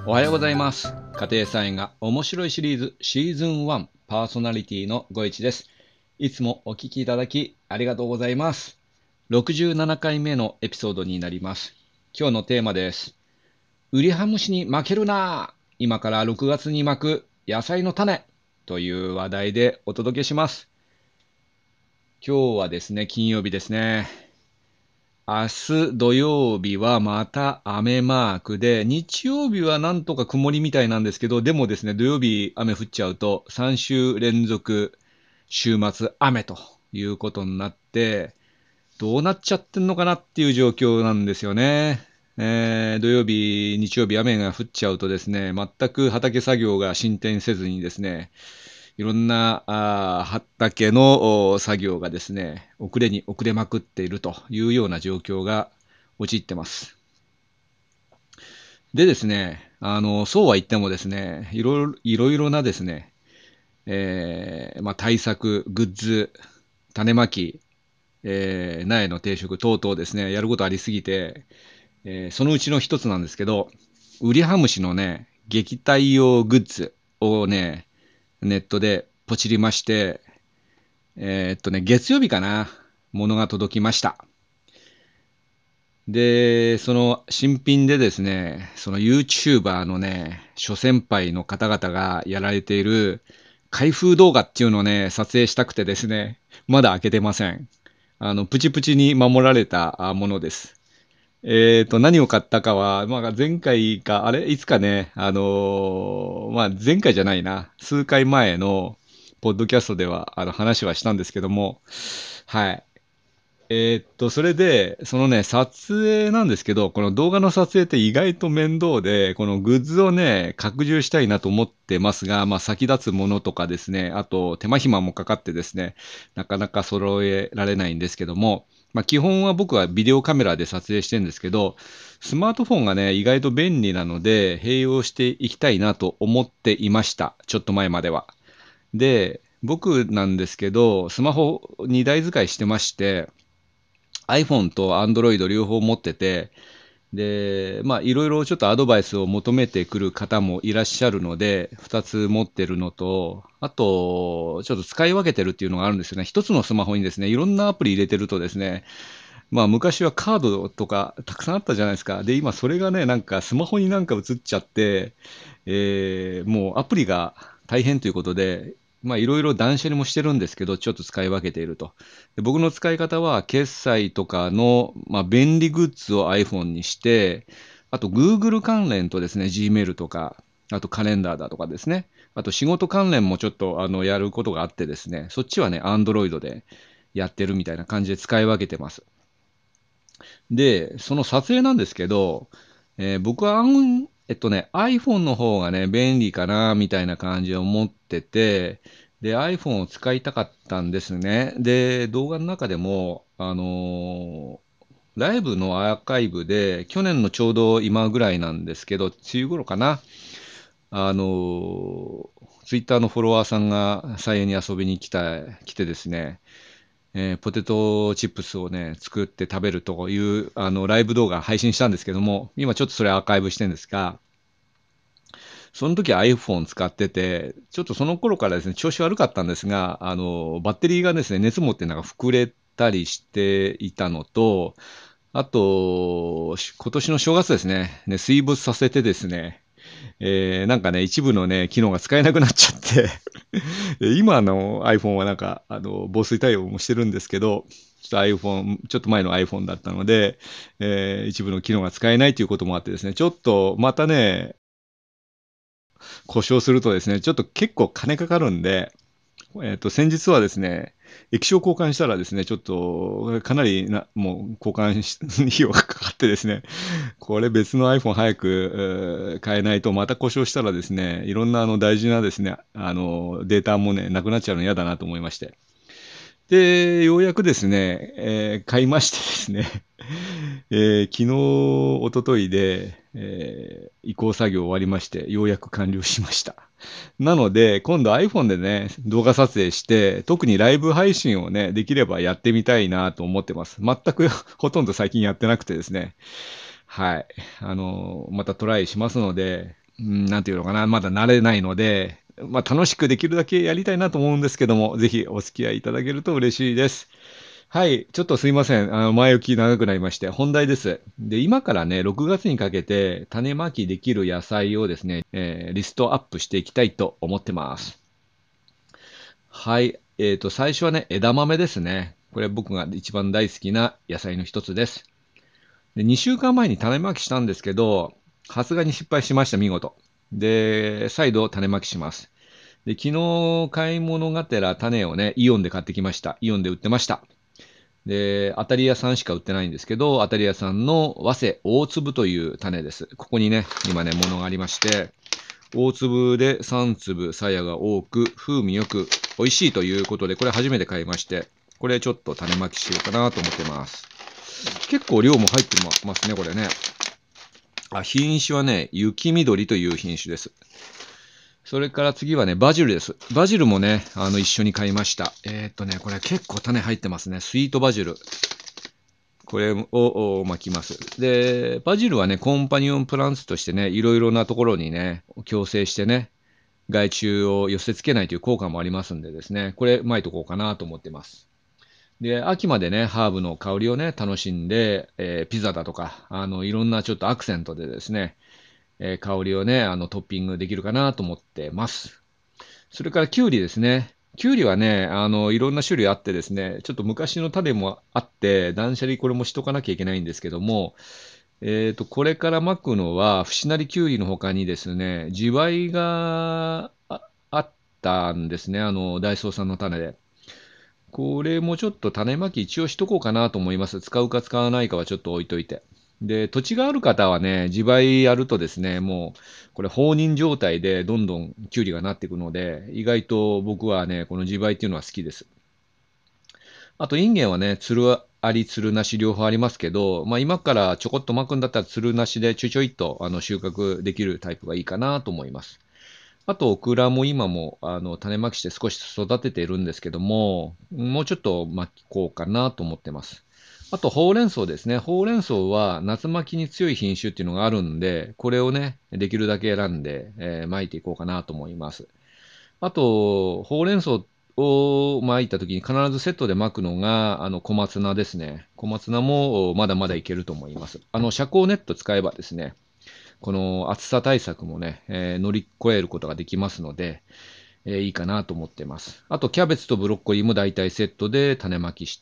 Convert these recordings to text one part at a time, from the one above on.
おはようございます。家庭菜園が面白いシリーズシーズン1パーソナリティのごいちです。いつもお聞きいただきありがとうございます。67回目のエピソードになります。今日のテーマです。ウリハムシに負けるな、今から6月に巻く野菜の種という話題でお届けします。今日はですね、金曜日ですね。明日土曜日はまた雨マークで、日曜日はなんとか曇りみたいなんですけど、でもですね、土曜日雨降っちゃうと3週連続週末雨ということになって、どうなっちゃってんのかなっていう状況なんですよね。土曜日、日曜日雨が降っちゃうとですね、全く畑作業が進展せずにですね、いろんな畑の作業がですね、遅れに遅れまくっているというような状況が陥ってます。でですね、そうは言ってもですね、いろいろなですね、対策、グッズ、種まき、苗の定食等々ですね、やることありすぎて、そのうちの一つなんですけど、ウリハムシのね、撃退用グッズをね、ネットでポチりまして、月曜日かな、ものが届きました。で、その新品でですね、その YouTuber のね、諸先輩の方々がやられている開封動画っていうのをね、撮影したくてですね、まだ開けてません。プチプチに守られたものです。何を買ったかは、前回か、あれいつかね、前回じゃないな、数回前の、ポッドキャストでは、話はしたんですけども、はい。それで、そのね、撮影なんですけど、この動画の撮影って意外と面倒で、このグッズをね、拡充したいなと思ってますが、先立つものとかですね、あと手間暇もかかってですね、なかなか揃えられないんですけども、基本は僕はビデオカメラで撮影してるんですけど、スマートフォンがね、意外と便利なので、併用していきたいなと思っていました。ちょっと前までは。で、僕なんですけど、スマホ2台使いしてまして、iPhone と Android 両方持ってて、で、いろいろちょっとアドバイスを求めてくる方もいらっしゃるので、2つ持ってるのと、あと、ちょっと使い分けてるっていうのがあるんですよね。一つのスマホにですね、いろんなアプリ入れてるとですね、昔はカードとかたくさんあったじゃないですか。で、今それがね、なんかスマホになんか映っちゃって、もうアプリが大変ということで、いろいろ断捨離もしてるんですけど、ちょっと使い分けていると。で僕の使い方は、決済とかの、便利グッズを iPhone にして、あと Google 関連とですね、Gmail とか、あとカレンダーだとかですね、あと仕事関連もちょっとやることがあってですね、そっちはね、Android でやってるみたいな感じで使い分けてます。で、その撮影なんですけど、僕はiPhone の方がね、便利かな、みたいな感じで思ってて、で、iPhone を使いたかったんですね。で、動画の中でも、ライブのアーカイブで、去年のちょうど今ぐらいなんですけど、梅雨頃かな、ツイッターのフォロワーさんが菜園に遊びに来てですね、ポテトチップスをね、作って食べるという、ライブ動画配信したんですけども、今ちょっとそれアーカイブしてるんですが、その時は iPhone 使ってて、ちょっとその頃からですね、調子悪かったんですが、バッテリーがですね、熱持ってなんか膨れたりしていたのと、あと、今年の正月ですね、水没させてですね、なんかね、一部のね、機能が使えなくなっちゃって今の iPhone はなんか、防水対応もしてるんですけど、ちょっと前の iPhone だったので、一部の機能が使えないということもあってですね、ちょっとまたね、故障するとですね、ちょっと結構金かかるんで、先日はですね、液晶交換したらですね、ちょっとかなりもう交換費用がかかってですね、これ別の iPhone 早く買えないとまた故障したらですね、いろんな大事なですね、データもね、なくなっちゃうの嫌だなと思いまして。で、ようやくですね、買いましてですね、昨日、一昨日で、移行作業終わりまして、ようやく完了しました。なので、今度 iPhone でね、動画撮影して、特にライブ配信をね、できればやってみたいなと思ってます。全くほとんど最近やってなくてですね。はい。またトライしますので、 なんていうのかな、まだ慣れないので、楽しくできるだけやりたいなと思うんですけども、ぜひお付き合いいただけると嬉しいです。はい、ちょっとすいません。前置き長くなりまして、本題です。で、今からね、6月にかけて種まきできる野菜をですね、リストアップしていきたいと思ってます。はい、最初はね、枝豆ですね。これ僕が一番大好きな野菜の一つです。で、2週間前に種まきしたんですけど、さすがに失敗しました、見事。で、再度種まきします。で、昨日買い物がてら種をね、イオンで買ってきました。イオンで売ってました。で、当たり屋さんしか売ってないんですけど、当たり屋さんの早生大粒という種です。ここにね、今ね、物がありまして、大粒で3粒鞘が多く、風味よく美味しいということで、これ初めて買いまして、これちょっと種まきしようかなと思ってます。結構量も入ってますね、これね。品種はね、雪緑という品種です。それから次はね、バジルです。バジルもね、一緒に買いました。これ結構種入ってますね。スイートバジル。これを巻きます。で、バジルはね、コンパニオンプランツとしてね、いろいろなところにね、共生してね、害虫を寄せ付けないという効果もありますんでですね、これ巻いとこうかなと思ってます。で、秋までね、ハーブの香りをね、楽しんで、ピザだとか、いろんなちょっとアクセントでですね、香りをね、トッピングできるかなと思ってます。それからキュウリですね。キュウリはね、いろんな種類あってですね、ちょっと昔の種もあって、断捨離これもしとかなきゃいけないんですけども、これから巻くのは、節成きゅうりの他にですね、地梅があったんですね、ダイソーさんの種で。これもちょっと種まき一応しとこうかなと思います。使うか使わないかはちょっと置いといて。で、土地がある方はね、地梅やるとですね、もう、これ放任状態でどんどんキュウリがなっていくので、意外と僕はね、この地梅っていうのは好きです。あと、インゲンはね、つるあり、つるなし両方ありますけど、今からちょこっと巻くんだったらつるなしでちょいちょいっと収穫できるタイプがいいかなと思います。あと、オクラも今も種まきして少し育てているんですけども、もうちょっと巻こうかなと思ってます。あと、ほうれん草ですね。ほうれん草は夏巻きに強い品種っていうのがあるんで、これをね、できるだけ選んで、巻いていこうかなと思います。あと、ほうれん草を巻いた時に必ずセットで巻くのが、小松菜ですね。小松菜もまだまだいけると思います。遮光ネット使えばですね、この暑さ対策もね、乗り越えることができますので、いいかなと思ってます。あと、キャベツとブロッコリーも大体セットで種まきして、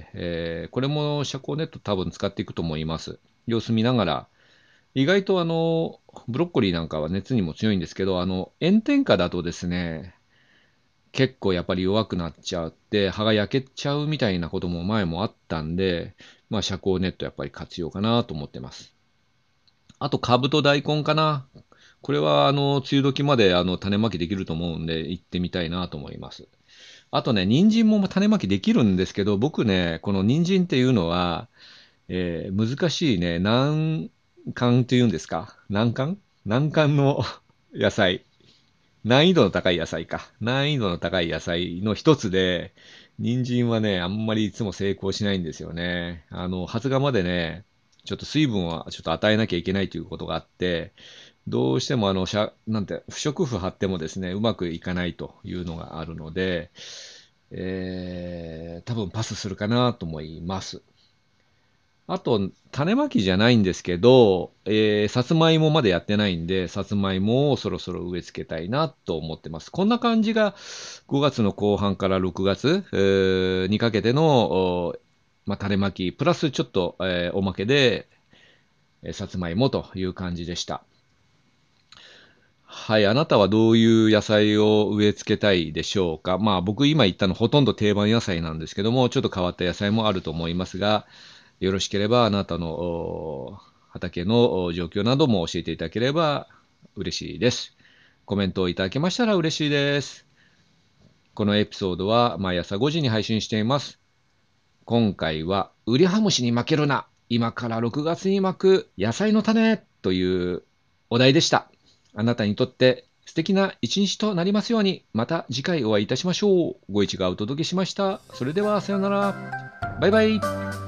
これも遮光ネット多分使っていくと思います。様子見ながら、意外とブロッコリーなんかは熱にも強いんですけど、炎天下だとですね、結構やっぱり弱くなっちゃって、葉が焼けちゃうみたいなことも前もあったんで、遮光ネットやっぱり活用かなと思ってます。あと、カブと大根かな。これは、梅雨時まで、種まきできると思うんで、行ってみたいなと思います。あとね、人参も種まきできるんですけど、僕ね、この人参っていうのは、難しいね、難関っていうんですか。難関の野菜。難易度の高い野菜か。難易度の高い野菜の一つで、人参はね、あんまりいつも成功しないんですよね。発芽までね、ちょっと水分はちょっと与えなきゃいけないということがあって、どうしてもなんて、不織布貼ってもですね、うまくいかないというのがあるので、多分パスするかなと思います。あと、種まきじゃないんですけど、さつまいもまでやってないんで、さつまいもをそろそろ植え付けたいなと思ってます。こんな感じが5月の後半から6月、にかけての、種まき、プラスちょっと、おまけで、さつまいもという感じでした。はい、あなたはどういう野菜を植え付けたいでしょうか。僕今言ったのほとんど定番野菜なんですけども、ちょっと変わった野菜もあると思いますが、よろしければあなたの畑の状況なども教えていただければ嬉しいです。コメントをいただけましたら嬉しいです。このエピソードは毎朝5時に配信しています。今回は、ウリハムシに負けるな。今から6月に巻く野菜の種というお題でした。あなたにとって素敵な一日となりますように、また次回お会いいたしましょう。ご一がお届けしました。それではさようなら。バイバイ。